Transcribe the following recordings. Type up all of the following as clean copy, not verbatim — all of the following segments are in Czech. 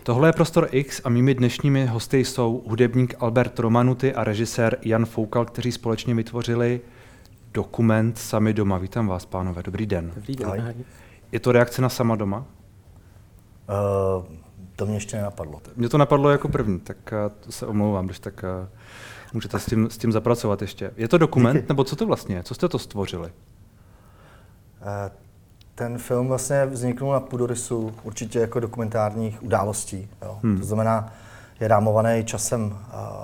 Tohle je Prostor X a mými dnešními hosty jsou hudebník Albert Romanuty a režisér Jan Foukal, kteří společně vytvořili dokument Sami doma. Vítám vás, pánové. Dobrý den. Dobrý den. Je to reakce na Sama doma? To mě ještě nenapadlo. Mě to napadlo jako první, tak to se omlouvám, když tak můžete s tím zapracovat ještě. Je to dokument, Díky. nebo co to vlastně je? Co jste to stvořili? Ten film vlastně vzniknul na půdorysu určitě jako dokumentárních událostí. Jo. To znamená, je rámovaný časem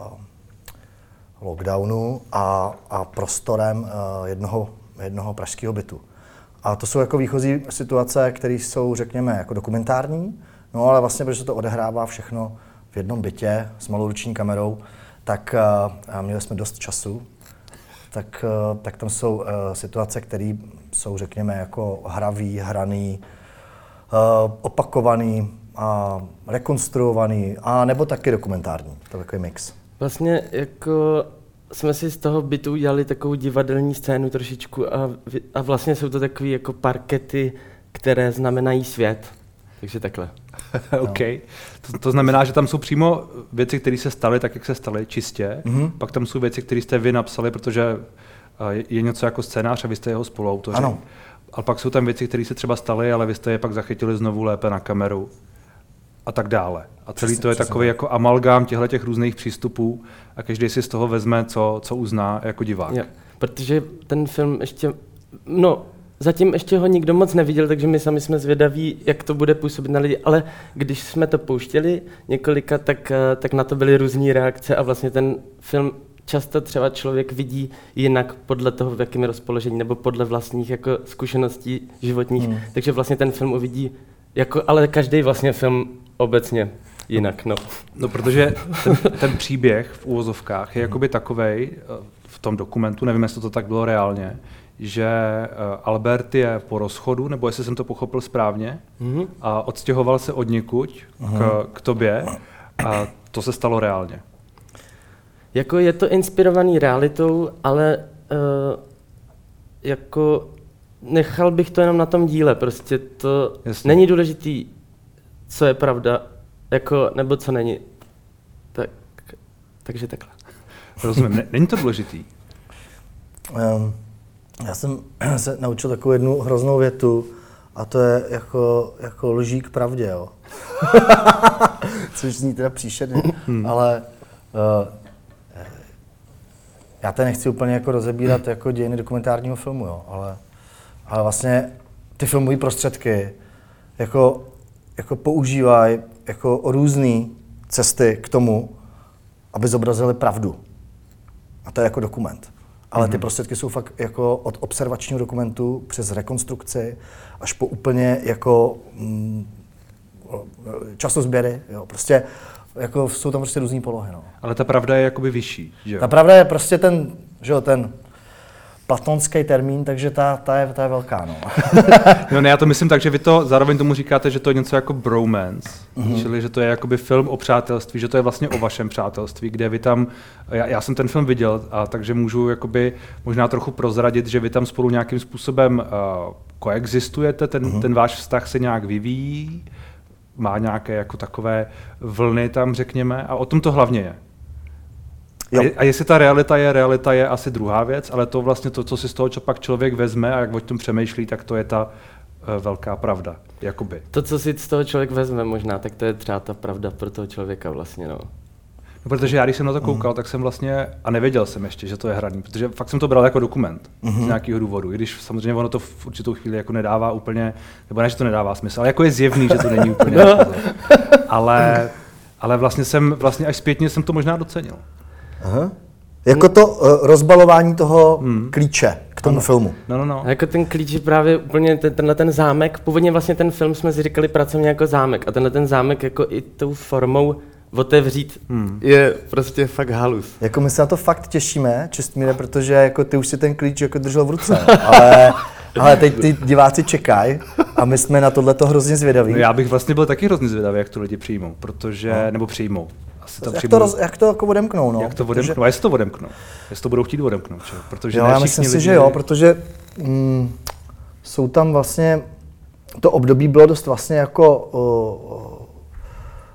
lockdownu a prostorem jednoho pražského bytu. A to jsou jako výchozí situace, které jsou, řekněme, jako dokumentární, no ale vlastně, protože se to odehrává všechno v jednom bytě s malou ruční kamerou, tak měli jsme dost času, tak tam jsou situace, které jsou, řekněme, jako hraný, opakovaný, rekonstruovaný, a nebo taky dokumentární. To je takový mix. Vlastně jako jsme si z toho bytu udělali takovou divadelní scénu trošičku a vlastně jsou to takové jako parkety, které znamenají svět. Takže takhle. OK. To znamená, že tam jsou přímo věci, které se staly tak, jak se staly, čistě. Pak tam jsou věci, které jste vy napsali, protože je něco jako scénář a vy jste jeho spoluautoři. Ano. A pak jsou tam věci, které se třeba staly, ale vy jste je pak zachytili znovu lépe na kameru a tak dále. A celý to je takový jako amalgám těchto různých přístupů a každý si z toho vezme, co uzná jako divák. Jo, protože ten film ještě, zatím ještě ho nikdo moc neviděl, takže my sami jsme zvědaví, jak to bude působit na lidi, ale když jsme to pouštěli několika, tak na to byly různé reakce a vlastně ten film často třeba člověk vidí jinak podle toho, v jakém je rozpoložení, nebo podle vlastních jako zkušeností životních, takže vlastně ten film uvidí, ale každý vlastně film obecně jinak. No, protože ten příběh v úvozovkách je jakoby takovej v tom dokumentu, nevím, jestli to tak bylo reálně, že Albert je po rozchodu, nebo jestli jsem to pochopil správně, a odstěhoval se odnikud k tobě a to se stalo reálně. Jako je to inspirovaný realitou, ale jako nechal bych to jenom na tom díle, prostě to není důležitý, co je pravda, jako, nebo co není. Takže takhle. Rozumím, není to důležitý? Já jsem se naučil takovou jednu hroznou větu, a to je jako lží k pravdě, jo. Což zní teda příšerně, ale já tady nechci úplně jako rozebírat jako dějiny dokumentárního filmu, jo, ale vlastně ty filmové prostředky jako používají jako různé cesty k tomu, aby zobrazili pravdu. A to je jako dokument. Ale ty prostředky jsou fakt jako od observačního dokumentu přes rekonstrukci až po úplně jako časozběry, jo, prostě jako jsou tam prostě různý polohy, no. Ale ta pravda je jakoby vyšší, že jo? Ta pravda je prostě ten platonský termín, takže ta je velká, no. No ne, já to myslím tak, že vy to zároveň tomu říkáte, že to je něco jako bromance, čili že to je jakoby film o přátelství, že to je vlastně o vašem přátelství, kde vy tam, já jsem ten film viděl, a takže můžu jakoby možná trochu prozradit, že vy tam spolu nějakým způsobem koexistujete, ten váš vztah se nějak vyvíjí, má nějaké jako takové vlny tam, řekněme, a o tom to hlavně je. A jestli ta realita je asi druhá věc, ale to vlastně to, co si z toho pak člověk vezme a jak o tom přemýšlí, tak to je ta velká pravda, jakoby. To, co si z toho člověk vezme možná, tak to je třeba ta pravda pro toho člověka vlastně, no. No, protože já, když jsem na to koukal, tak jsem vlastně, a nevěděl jsem ještě, že to je hraný, protože fakt jsem to bral jako dokument z nějakého důvodu, i když samozřejmě ono to v určitou chvíli jako nedává úplně, nebo ne, že to nedává smysl, ale jako je zjevný, že to není úplně ale vlastně až zpětně jsem to možná docenil. Aha. Jako to rozbalování toho klíče k tomu filmu. No. A jako ten klíč je právě úplně ten zámek. Původně vlastně ten film jsme si říkali pracovně jako zámek. A ten zámek jako i tou formou otevřít je prostě fakt halus. Jako my se na to fakt těšíme, Čestmíre, protože jako ty už si ten klíč jako držel v ruce. Ale teď ty diváci čekají a my jsme na tohleto hrozně zvědaví. No, já bych vlastně byl taky hrozně zvědavý, jak to lidi přijmou, protože, nebo přijmou. Jak to jako odemknou, no. Jak to odemknou, a jestli to odemknou. Jestli to budou chtít odemknout, čo? Protože jo, já myslím si, že jo, protože jsou tam vlastně, to období bylo dost vlastně jako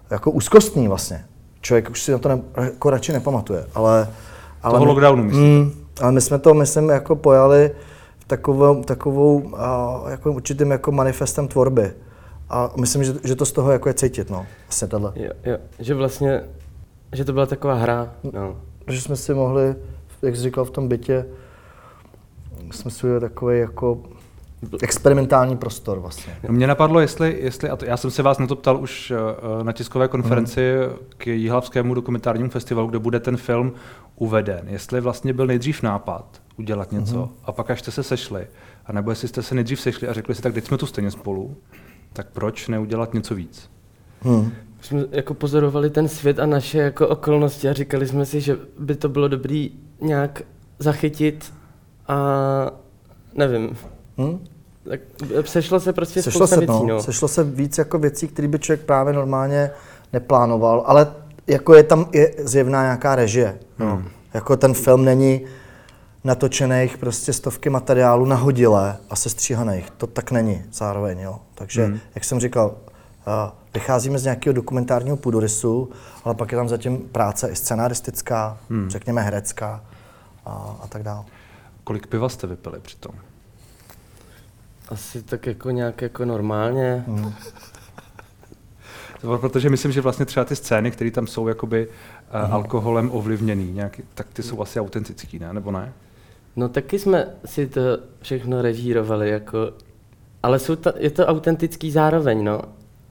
jako úzkostný vlastně. Člověk už si na to jako radši nepamatuje, ale toho lockdownu myslím. Ale my jsme to, myslím, jako pojali takovou jako určitým jako manifestem tvorby. A myslím, že to z toho jako je cítit, no. Vlastně tohle. Jo, že vlastně, že to byla taková hra, no. Že jsme si mohli, jak jsi říkal v tom bytě, jsme si udělali takový jako experimentální prostor vlastně. Mě napadlo, jestli a to, já jsem se vás na to ptal už na tiskové konferenci k Jihlavskému dokumentárnímu festivalu, kde bude ten film uveden. Jestli vlastně byl nejdřív nápad udělat něco a pak až jste se sešli, anebo jestli jste se nejdřív sešli a řekli si, tak teď jsme tu stejně spolu, tak proč neudělat něco víc? Jsme jako pozorovali ten svět a naše jako okolnosti a říkali jsme si, že by to bylo dobrý nějak zachytit a nevím. Tak sešlo se prostě spousta věcí, no. Sešlo se víc jako věcí, které by člověk právě normálně neplánoval, ale jako je tam zjevná nějaká režie. Jako ten film není natočených prostě stovky materiálů nahodilé a sestříhaných. To tak není zároveň, jo. Takže, jak jsem říkal, vycházíme z nějakého dokumentárního půdorysu, ale pak je tam zatím práce i scenaristická, řekněme herecká a tak dále. Kolik piva jste vypili přitom? Asi tak jako nějak jako normálně. Protože myslím, že vlastně třeba ty scény, které tam jsou jakoby alkoholem ovlivněný, nějaký, tak ty jsou asi autentický, ne? Nebo ne? No taky jsme si to všechno režírovali, jako, ale je to autentický zároveň, no.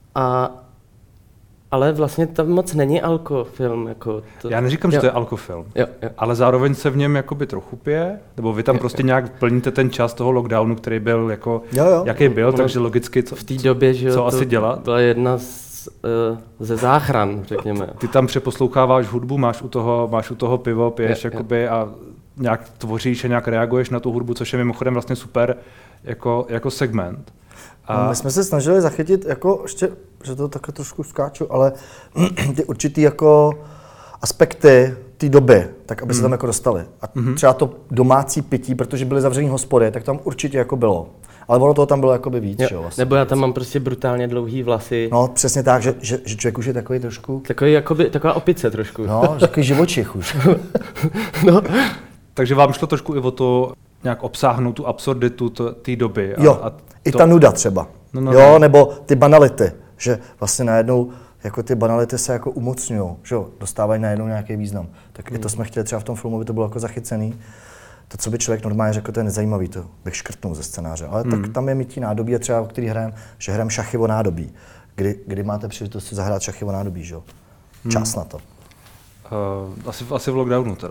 Ale vlastně tam moc není alkofilm. Jako to. Já neříkám, že to je alkofilm, ale zároveň se v něm jakoby trochu pije, nebo vy tam prostě nějak plníte ten čas toho lockdownu, který byl jako, jaký byl, takže logicky v té době, že co asi dělat? Byla jedna ze záchran, řekněme. Ty tam přeposloucháváš hudbu, máš u toho pivo, piješ jakoby a nějak tvoříš a nějak reaguješ na tu hudbu, což je mimochodem vlastně super jako segment. My jsme se snažili zachytit, jako ještě, že to také trošku skáču, ale ty určitý jako aspekty té doby, tak aby se tam jako dostali. A třeba to domácí pití, protože byly zavřený hospody, tak tam určitě jako bylo. Ale ono toho tam bylo jakoby víc, jo, vlastně. Nebo já tam mám prostě brutálně dlouhý vlasy. No, přesně tak, že člověk už je takový trošku... Taková opice trošku. No, takový živočich už. No. Takže vám šlo trošku i o to nějak obsáhnout tu absurditu té doby. I ta nuda třeba. Nebo ty banality, že vlastně najednou jako ty banality se jako umocňují, že jo, dostávají najednou nějaký význam. Tak i to jsme chtěli třeba v tom filmu, aby to bylo jako zachycený. To, co by člověk normálně řekl, to je nezajímavý, to bych škrtnul ze scénáře. Ale tak tam je mytí nádobí a třeba, o který hrajeme, že hrajeme šachy o nádobí. Kdy máte příležitost si zahrát šachy o nádobí, že jo? Čas na to. Asi v lockdownu teda.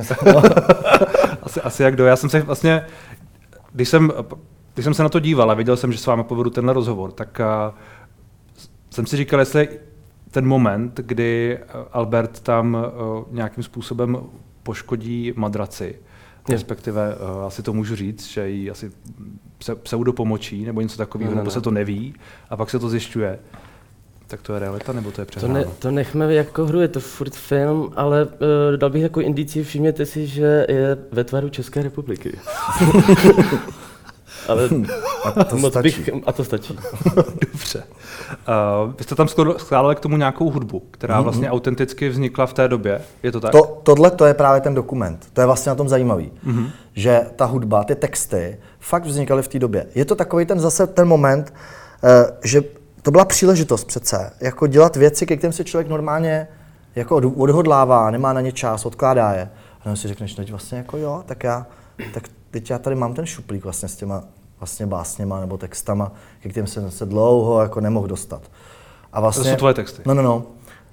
asi jak do. Já jsem se vlastně, když jsem se na to díval a viděl jsem, že s vámi povedu tenhle rozhovor, tak jsem si říkal, jestli ten moment, kdy Albert tam nějakým způsobem poškodí madraci, respektive asi to můžu říct, že jí asi pseudopomočí nebo něco takového, nebo se to neví a pak se to zjišťuje. Tak to je realita, nebo to je přehráno? To nechme jako hru, je to furt film, ale dal bych jako indici, všimněte si, že je ve tvaru České republiky. Ale a to stačí. Dobře. Vy jste tam skládali k tomu nějakou hudbu, která vlastně autenticky vznikla v té době, je to tak? Tohle to je právě ten dokument, to je vlastně na tom zajímavý, že ta hudba, ty texty fakt vznikaly v té době. Je to takový ten moment, že to byla příležitost přece, jako dělat věci, ke kterým se člověk normálně jako odhodlává, nemá na ně čas, odkládá je. A jenom si řekneš, no vlastně jako jo, tak teď já tady mám ten šuplík vlastně s těma vlastně básněma nebo textama, ke kterým jsem se dlouho jako nemohl dostat. A vlastně, to jsou tvoje texty? No.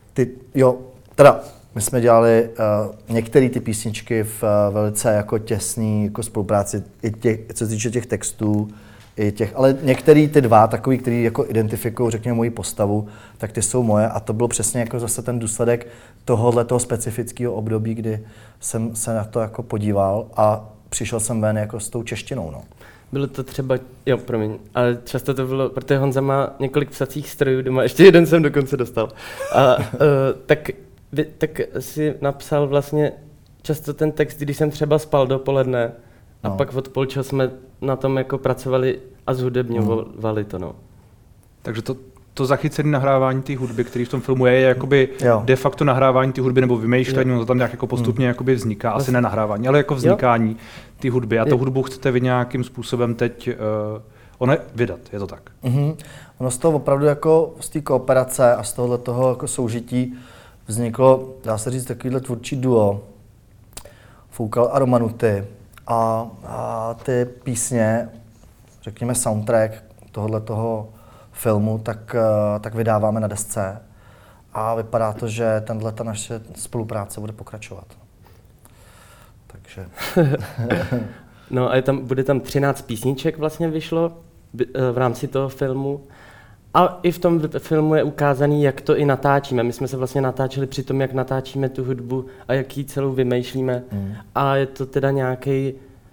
My jsme dělali některé ty písničky v velice jako těsné jako spolupráci, co se týče těch textů, ale některý ty dva, takový, který jako identifikují, řekněme, moji postavu, tak ty jsou moje a to byl přesně jako zase ten důsledek tohoto specifického období, kdy jsem se na to jako podíval a přišel jsem ven jako s tou češtinou, no. Bylo to třeba, ale často to bylo, protože Honza má několik psacích strojů doma, ještě jeden jsem dokonce dostal. A tak si napsal vlastně často ten text, když jsem třeba spal dopoledne, a pak od polčas jsme na tom jako pracovali a zhudebňovali to, no. Takže to zachycené nahrávání té hudby, který v tom filmu je jakoby de facto nahrávání té hudby nebo vymýšlení, ono to tam nějak jako postupně jakoby vzniká, asi ne nahrávání, ale jako vznikání té hudby. A tu hudbu chcete vy nějakým způsobem teď vydat, je to tak? Ono z toho opravdu jako z té kooperace a z tohohle toho jako soužití vzniklo, dá se říct, takovýhle tvůrčí duo, Foukal a Romanuty. A ty písně, řekněme soundtrack tohoto filmu, tak vydáváme na desce a vypadá to, že ta naše spolupráce bude pokračovat. Takže... No a bude tam 13 písniček vlastně vyšlo v rámci toho filmu. A i v tom filmu je ukázaný, jak to i natáčíme. My jsme se vlastně natáčeli při tom, jak natáčíme tu hudbu a jak ji celou vymýšlíme. A je to teda nějaký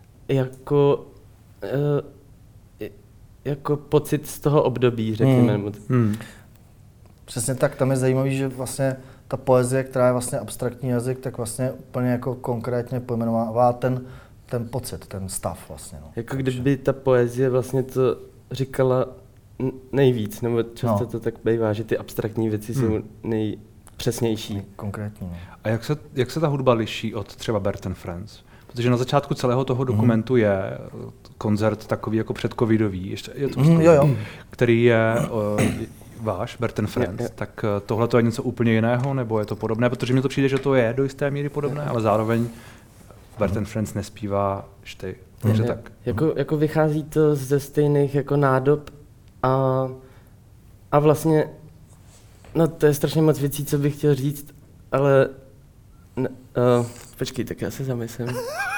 jako pocit z toho období, řekněme. Přesně tak, tam je zajímavý, že vlastně ta poezie, která je vlastně abstraktní jazyk, tak vlastně úplně jako konkrétně pojmenovává ten pocit, ten stav vlastně. No. Jako kdyby ta poezie vlastně to říkala nejvíc, nebo často to tak bývá, že ty abstraktní věci jsou nejpřesnější. Konkrétní. No. A jak se ta hudba liší od třeba Bert and Friends? Protože na začátku celého toho dokumentu je koncert takový jako předcovidový, který je váš, Bert and Friends. Tak tohle to je něco úplně jiného, nebo je to podobné? Protože mně to přijde, že to je do jisté míry podobné, ale zároveň Bert and Friends nespívá ty. Takže tak. Jako vychází to ze stejných jako nádob a vlastně, no to je strašně moc věcí, co bych chtěl říct, ale počkej, tak já se zamyslím.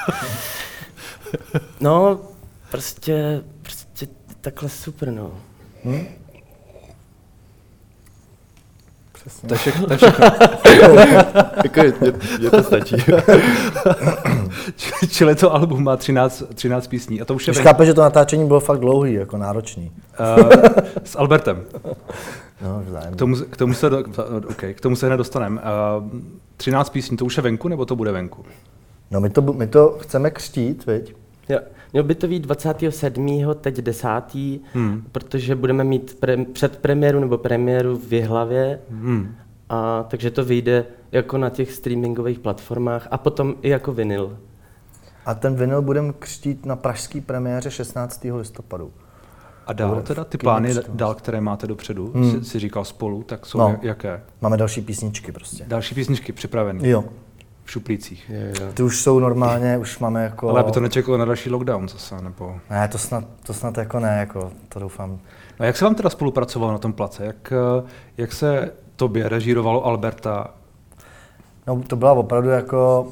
No, prostě takhle super, no. Přesně. To je všechno. Jako je to stačí. Čili to album má 13 písní. A to už je chápe, že to natáčení bylo fakt dlouhý, jako náročný. S Albertem. No, vzájemně. K tomu se hned dostaneme. 13 písní, to už je venku, nebo to bude venku? No my to chceme křtít, viď? Jo, mělo by to být 27. teď 10. Protože budeme mít předpremiéru nebo premiéru v Jihlavě. A takže to vyjde jako na těch streamingových platformách a potom i jako vinyl. A ten vinyl budeme křtít na pražské premiéře 16. listopadu. A dál teda ty plány, které máte dopředu, si říkal spolu, tak jsou jaké? Máme další písničky prostě. Další písničky připravené? Jo. V šuplících? Jo. Ty už jsou normálně, už máme jako... Ale aby to nečekalo na další lockdown zase, nebo... Ne, to snad jako ne, jako to doufám. No jak se vám teda spolupracovalo na tom place? Jak se tobě režírovalo Alberta? No to byla opravdu jako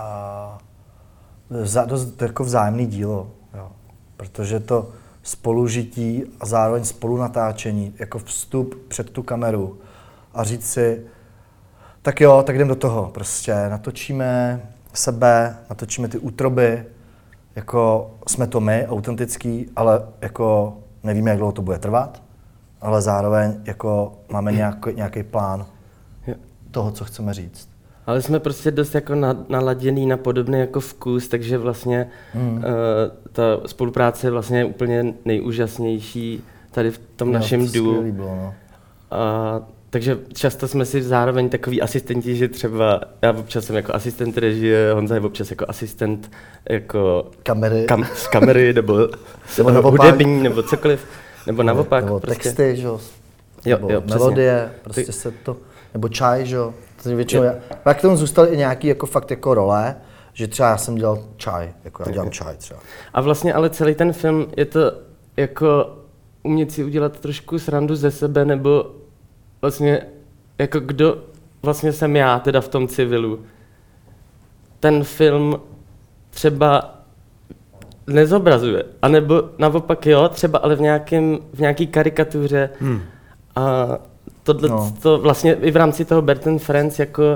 dost jako vzájemný dílo, jo. Protože to spolužití a zároveň spolunatáčení, jako vstup před tu kameru a říct si, tak jo, tak jdem do toho, prostě natočíme sebe, natočíme ty útroby, jako jsme to my, autentický, ale jako nevíme, jak dlouho to bude trvat, ale zároveň jako máme nějaký plán toho, co chceme říct. Ale jsme prostě dost jako naladěný na podobný jako vkus, takže vlastně ta spolupráce je vlastně úplně nejúžasnější tady v tom našem duo. No. Takže často jsme si zároveň takový asistenti, že třeba já občas jsem jako asistent režie, Honza je občas jako asistent jako z kamery nebo hudební nebo cokoliv, nebo naopak. Nebo prostě. Texty, že jo, melodie, prostě se to, nebo čaj, že jo. Většinou já k tomu zůstaly i nějaký jako fakt jako role, že třeba já jsem dělal čaj, jako já dělám čaj třeba. A vlastně ale celý ten film je to jako umět si udělat trošku srandu ze sebe, nebo vlastně jako kdo vlastně jsem já teda v tom civilu. Ten film třeba nezobrazuje, anebo naopak jo, třeba ale v nějaký karikatuře. A tohle to vlastně i v rámci toho Bert and Friends jako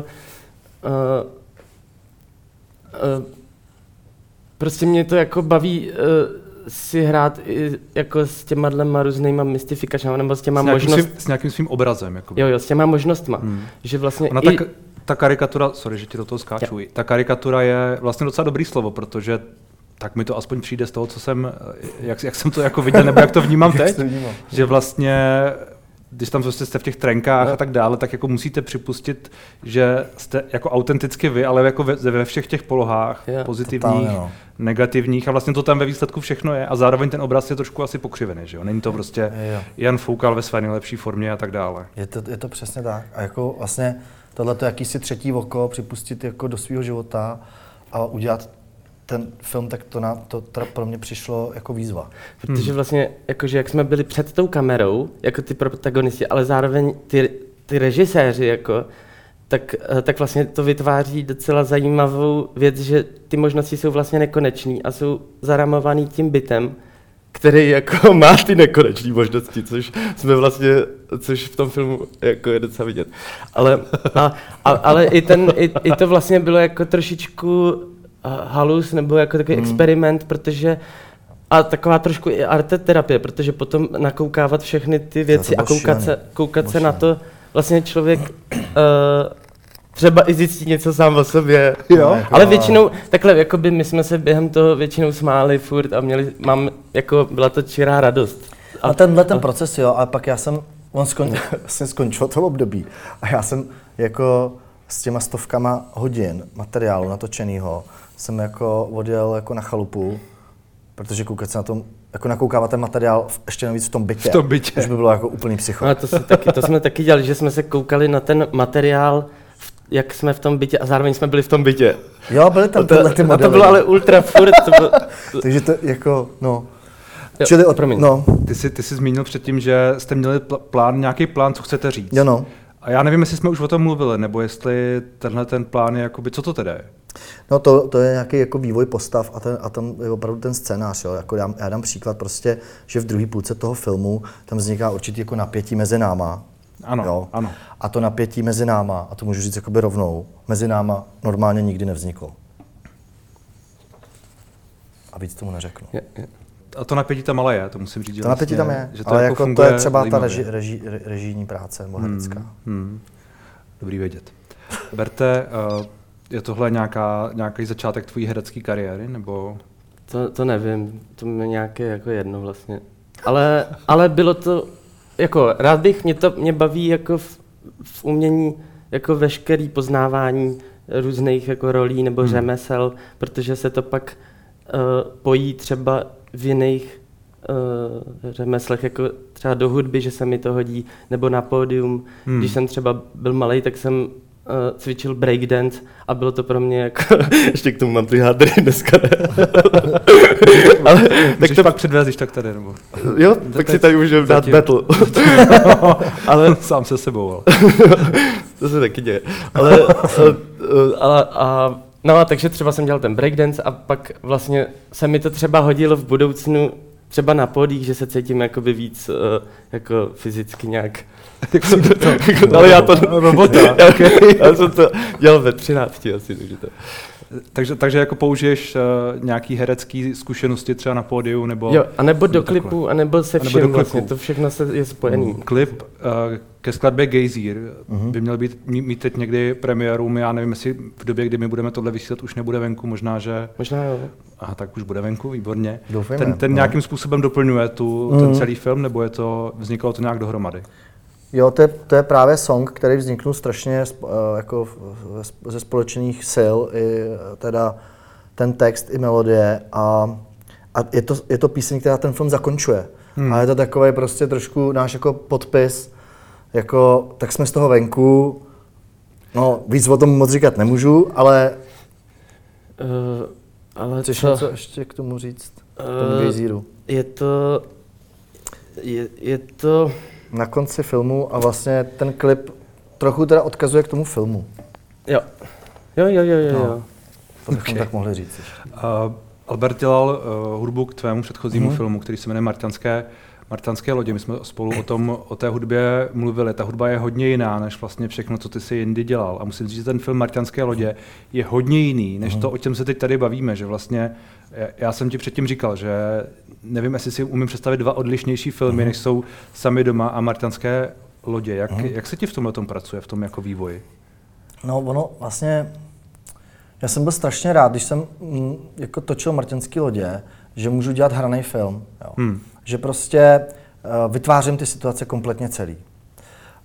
prostě mě to jako baví si hrát i jako s těma různýma mystifikačnama nebo s těma možnostmi. S nějakým svým obrazem. Jakoby. Jo, s těma možnostma. Že vlastně ta karikatura, sorry, že ti do toho skáču, ta karikatura je vlastně docela dobrý slovo, protože tak mi to aspoň přijde z toho, co jsem, jak jsem to jako viděl, nebo jak to vnímám teď, že vlastně když tam prostě jste v těch trenkách a tak dále, tak jako musíte připustit, že jste jako autenticky vy, ale jako ve všech těch polohách, pozitivních, negativních a vlastně to tam ve výsledku všechno je a zároveň ten obraz je trošku asi pokřivený, že jo? Není to prostě Jan Foukal ve své nejlepší formě a tak dále. Je to přesně tak. A jako vlastně tohleto jakýsi třetí oko připustit jako do svého života a udělat ten film, tak to pro mě přišlo jako výzva. Protože vlastně, jakože jak jsme byli před tou kamerou, jako ty protagonisti, ale zároveň ty režiséři, jako, tak vlastně to vytváří docela zajímavou věc, že ty možnosti jsou vlastně nekonečný a jsou zaramovaný tím bytem, který jako má ty nekonečné možnosti, což v tom filmu jako je docela vidět. Ale i to vlastně bylo jako trošičku halus nebo jako takový experiment, protože a taková trošku i arteterapie, protože potom nakoukávat všechny ty věci a koukat se na to, vlastně člověk třeba i zjistí něco sám o sobě, jo? Ale většinou, takhle, jakoby my jsme se během toho většinou smáli furt a byla to čirá radost. A ten proces, jo, ale pak skončilo to období a já jsem jako s těma stovkama hodin materiálu natočenýho jsem jako odjel jako na chalupu, protože koukat se na tom, jako nakoukávat ten materiál ještě navíc v tom bytě. Už by bylo jako úplný psycho. No, to jsme taky dělali, že jsme se koukali na ten materiál, jak jsme v tom bytě a zároveň jsme byli v tom bytě. Jo, byly tam tyhle ty modely. A to bylo ale ultra furt. Takže to jako, no. Jo, čili Ty jsi zmínil předtím, že jste měli nějaký plán, co chcete říct. Jo, no. A já nevím, jestli jsme už o tom mluvili, nebo jestli tenhle ten plán je jakoby, co to teda je? No to je nějaký jako vývoj postav a tam je opravdu ten scénář, jo. Jako já dám příklad prostě, že v druhé půlce toho filmu tam vzniká určitě jako napětí mezi náma. Ano. A to napětí mezi náma, a to můžu říct jakoby rovnou, mezi náma normálně nikdy nevzniklo. A víc tomu neřeknu. A to napětí tam ale je, to musím říct. To napětí tam je, že to ale jako to je třeba zajímavě. Ta režijní práce nebo herecká. Dobrý vědět. Berte, je tohle nějaký začátek tvojí herecké kariéry, nebo? To nevím, to mi nějaké jako jedno vlastně. Ale bylo to, jako rád bych, mě baví jako v umění jako veškerý poznávání různých jako rolí nebo řemesel, protože se to pak pojí třeba v jiných řemeslech, jako třeba do hudby, že se mi to hodí, nebo na pódium. Když jsem třeba byl malej, tak jsem cvičil breakdance a bylo to pro mě jako, ještě k tomu mám ty hádry dneska, ne? Ale tak to pak předvést, když tak tady, nebo? Jo, tak si tady můžeme dát battle. Ale sám se sebou. To se taky děje. No a takže třeba jsem dělal ten breakdance a pak vlastně se mi to třeba hodilo v budoucnu třeba na pódích, že se cítím jakoby víc jako fyzicky nějak. Ale já to robota. Já jsem to dělal ve 13 asi, takže jako použiješ nějaký herecký zkušenosti třeba na pódiu nebo. Jo, anebo do klipu, anebo se všem vlastně, to všechno je spojený. Klip ke skladbě Gejzír by měl mít teď někdy premiéru, já nevím, jestli v době, kdy my budeme tohle vysílat, už nebude venku, možná jo. Aha, tak už bude venku, výborně. Doufejme, ten nějakým způsobem doplňuje ten celý film, nebo vzniklo to nějak dohromady? Jo, to je právě song, který vzniknul strašně jako ze společných sil, i teda ten text i melodie a je to píseň, která ten film zakončuje. A je to takový prostě trošku náš jako podpis, jako tak jsme z toho venku, no víc o tom moc říkat nemůžu, ale chceš něco ještě k tomu říct, k tomu Gejzíru? Je to na konci filmu a vlastně ten klip trochu teda odkazuje k tomu filmu. Jo. To bychom tak mohli říct. Albert dělal hudbu k tvému předchozímu filmu, který se jmenuje Marťanské lodě. My jsme spolu o té hudbě mluvili. Ta hudba je hodně jiná, než vlastně všechno, co ty si jindy dělal. A musím říct, že ten film Marťanské lodě je hodně jiný, než to, o čem se teď tady bavíme. Že vlastně, já jsem ti předtím říkal, že nevím, jestli si umím představit dva odlišnější filmy, než jsou Sami doma a Marťanské lodě. Jak se ti v tomhle tom pracuje, v tom jako vývoji? No ono vlastně, já jsem byl strašně rád, když jsem jako točil Marťanské lodě, že můžu dělat hraný film. Jo. Že prostě vytvářím ty situace kompletně celý.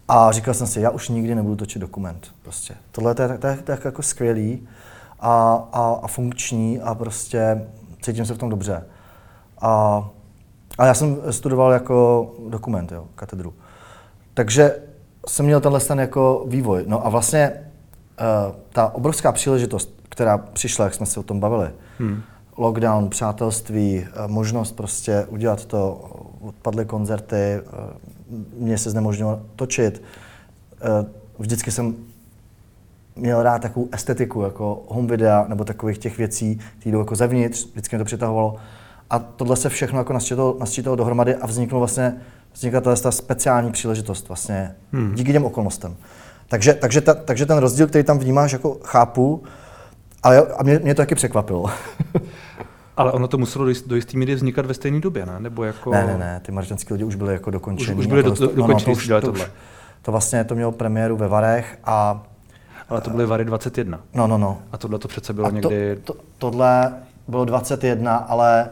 A říkal jsem si, já už nikdy nebudu točit dokument. Prostě. Tohle to je jako skvělý a funkční a prostě cítím se v tom dobře. A já jsem studoval jako dokument, jo, katedru. Takže jsem měl tenhle jako vývoj. No a vlastně ta obrovská příležitost, která přišla, jak jsme se o tom bavili, lockdown, přátelství, možnost prostě udělat to, odpadly koncerty, mě se znemožnilo točit. Vždycky jsem měl rád takovou estetiku, jako home videa, nebo takových těch věcí, které jdou jako zevnitř, vždycky mě to přitahovalo. A tohle se všechno jako nasčítalo dohromady a vznikla ta speciální příležitost vlastně díky těm okolnostem. Takže ten rozdíl, který tam vnímáš, jako chápu, ale a mě to taky překvapilo. Ale ono to muselo do jistý míry vznikat ve stejné době, ne? Nebo jako... Ne, ty Marťanské lidi už byly jako dokončený. Už byly dokončený, tohle. To vlastně to mělo premiéru ve Varech a... Ale to byly Vary 21. No. A tohle to přece bylo někdy... Tohle bylo 21, ale...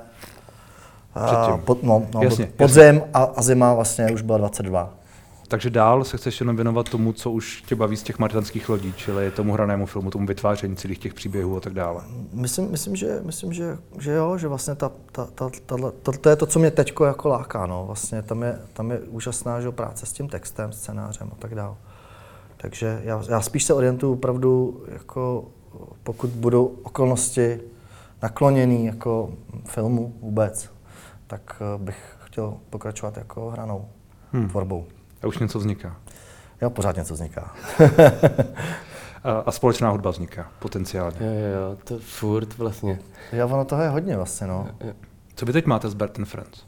Jasně. Podzim a zima vlastně už byla 22. Takže dál se chceš jenom věnovat tomu, co už tě baví z těch marťanských lodí, čili tomu hranému filmu, tomu vytváření celých těch příběhů a tak dále. Myslím, že jo, že vlastně to je to, co mě teďko jako láká, no. Vlastně tam je úžasná, že, práce s tím textem, scénářem a tak dále. Takže já spíš se orientuju opravdu, jako pokud budou okolnosti nakloněný jako filmu vůbec, tak bych chtěl pokračovat jako hranou tvorbou. A už něco vzniká? Jo, pořád něco vzniká. A společná hudba vzniká potenciálně? Jo, to furt vlastně. Jo, ono toho je hodně vlastně, no. Jo. Co vy teď máte s Bert & Friends?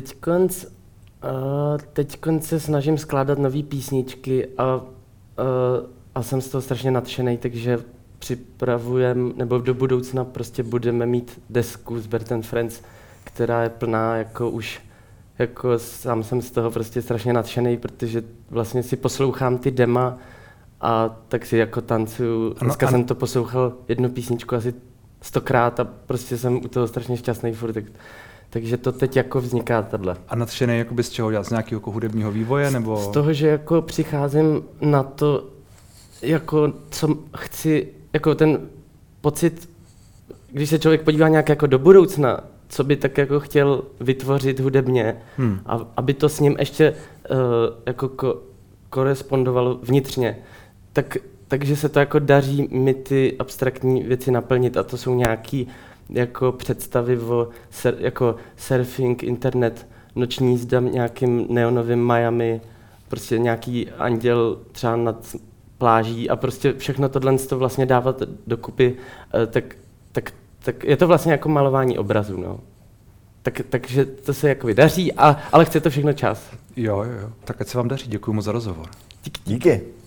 Teďkonc se snažím skládat nové písničky a jsem z toho strašně nadšený, takže připravujeme, nebo do budoucna prostě budeme mít desku s Bert & Friends, která je plná jako už, jako sám jsem z toho prostě strašně nadšený, protože vlastně si poslouchám ty dema a tak si jako tancuju. Dneska jsem to poslouchal jednu písničku asi 100krát a prostě jsem u toho strašně šťastný furt. Takže to teď jako vzniká tohle. A nadšený jakoby z čeho dělat? Z nějakého jako hudebního vývoje nebo? Z toho, že jako přicházím na to, jako co chci, jako ten pocit, když se člověk podívá nějak jako do budoucna, co by tak jako chtěl vytvořit hudebně, a aby to s ním ještě jako korespondovalo vnitřně, takže se to jako daří mi ty abstraktní věci naplnit a to jsou nějaký jako představy o jako surfing, internet, noční jízda nějakým neonovým Miami, prostě nějaký anděl třeba nad pláží a prostě všechno tohle vlastně dávat dokupy, tak je to vlastně jako malování obrazů, no. Takže to se jako vydaří, ale chce to všechno čas. Jo. Tak ať se vám daří, děkuji moc za rozhovor. Díky.